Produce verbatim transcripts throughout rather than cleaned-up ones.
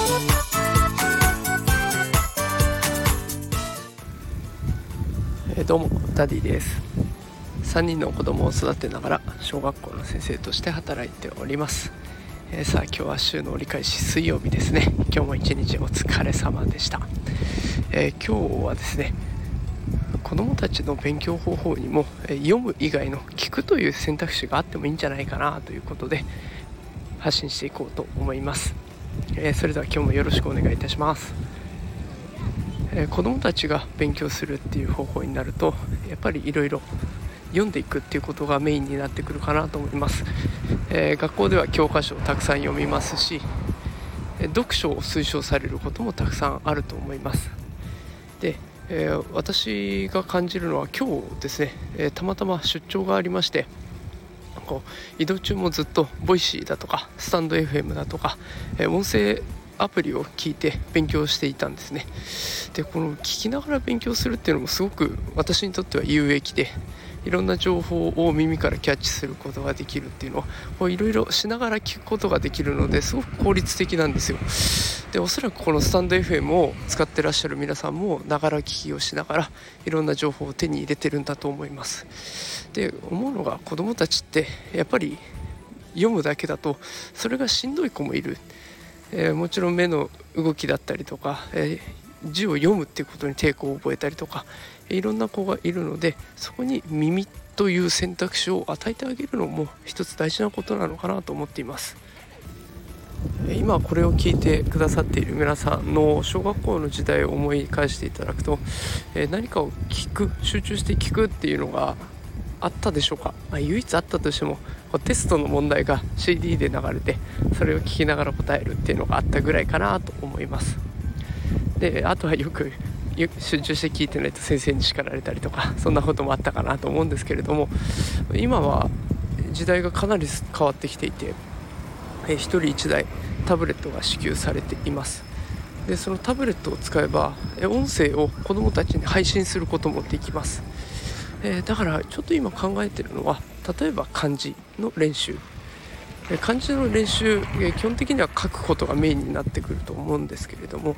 えーどうもダディです。さんにんの子供を育てながら小学校の先生として働いております。えー、さあ今日は週の折り返し水曜日ですね。今日も一日お疲れ様でした。えー、今日はですね、子供たちの勉強方法にも、えー、読む以外の聞くという選択肢があってもいいんじゃないかなということで発信していこうと思います。えー、それでは今日もよろしくお願いいたします。えー、子どもたちが勉強するっていう方法になるとやっぱりいろいろ読んでいくっていうことがメインになってくるかなと思います。えー、学校では教科書をたくさん読みますし、えー、読書を推奨されることもたくさんあると思います。で、えー、私が感じるのは今日ですね、えー、たまたま出張がありまして、こう移動中もずっとボイシーだとかスタンド エフエム だとか、えー、音声アプリを聞いて勉強していたんですね。でこの聞きながら勉強するっていうのもすごく私にとっては有益で、いろんな情報を耳からキャッチすることができるっていうのはいろいろしながら聞くことができるのですごく効率的なんですよ。でおそらくこのスタンド エフエム を使ってらっしゃる皆さんもながら聞きをしながらいろんな情報を手に入れてるんだと思います。で思うのが子どもたちってやっぱり読むだけだとそれがしんどい子もいる。えー、もちろん目の動きだったりとか、えー、字を読むっていうことに抵抗を覚えたりとかいろんな子がいるので、そこに耳という選択肢を与えてあげるのも一つ大事なことなのかなと思っています。今これを聞いてくださっている皆さんの小学校の時代を思い返していただくと、えー、何かを聞く、集中して聞くっていうのがあったでしょうか。まあ、唯一あったとしてもテストの問題が シーディー で流れてそれを聞きながら答えるっていうのがあったぐらいかなと思います。であとはよく集中して聞いてないと先生に叱られたりとかそんなこともあったかなと思うんですけれども、今は時代がかなり変わってきていて、えひとりいちだいタブレットが支給されています。でそのタブレットを使えばえ音声を子どもたちに配信することもできます。えー、だからちょっと今考えているのは、例えば漢字の練習、えー、漢字の練習、えー、基本的には書くことがメインになってくると思うんですけれども、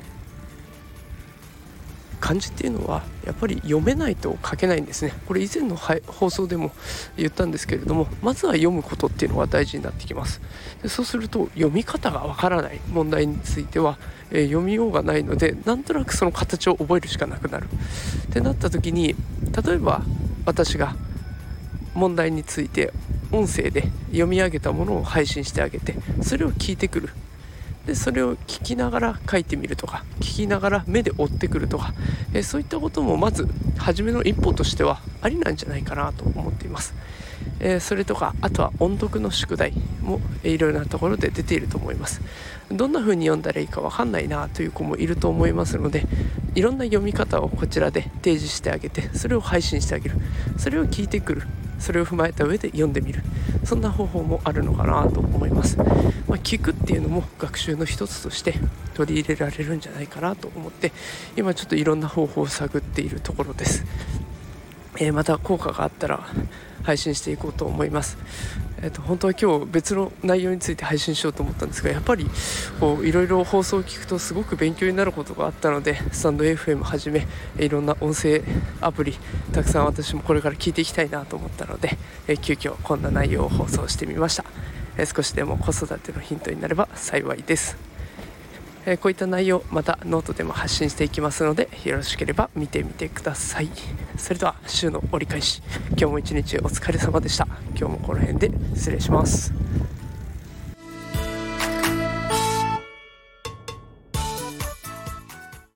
漢字っていうのはやっぱり読めないと書けないんですね。これ以前の放送でも言ったんですけれども、まずは読むことっていうのが大事になってきます。でそうすると読み方がわからない問題については、えー、読みようがないので、なんとなくその形を覚えるしかなくなるってなった時に、例えば私が問題について音声で読み上げたものを配信してあげて、それを聞いてくる。でそれを聞きながら書いてみるとか、聞きながら目で追ってくるとか、えそういったこともまず初めの一歩としてはありなんじゃないかなと思っています。えー、それとかあとは音読の宿題もいろいろなところで出ていると思います。どんな風に読んだらいいか分かんないなという子もいると思いますので、いろんな読み方をこちらで提示してあげて、それを配信してあげる、それを聞いてくる、それを踏まえた上で読んでみる、そんな方法もあるのかなと思います。まあ、聞くっていうのも学習の一つとして取り入れられるんじゃないかなと思って、今ちょっといろんな方法を探っているところです。えー、また効果があったら配信していこうと思います。えー、と本当は今日別の内容について配信しようと思ったんですが、やっぱりこういろいろ放送を聞くとすごく勉強になることがあったので、スタンド エフエム はじめいろんな音声アプリたくさん私もこれから聞いていきたいなと思ったので、えー、急遽こんな内容を放送してみました。えー、少しでも子育てのヒントになれば幸いです。えー、こういった内容またノートでも発信していきますので、よろしければ見てみてください。それでは週の折り返し、今日も一日お疲れ様でした。今日もこの辺で失礼します。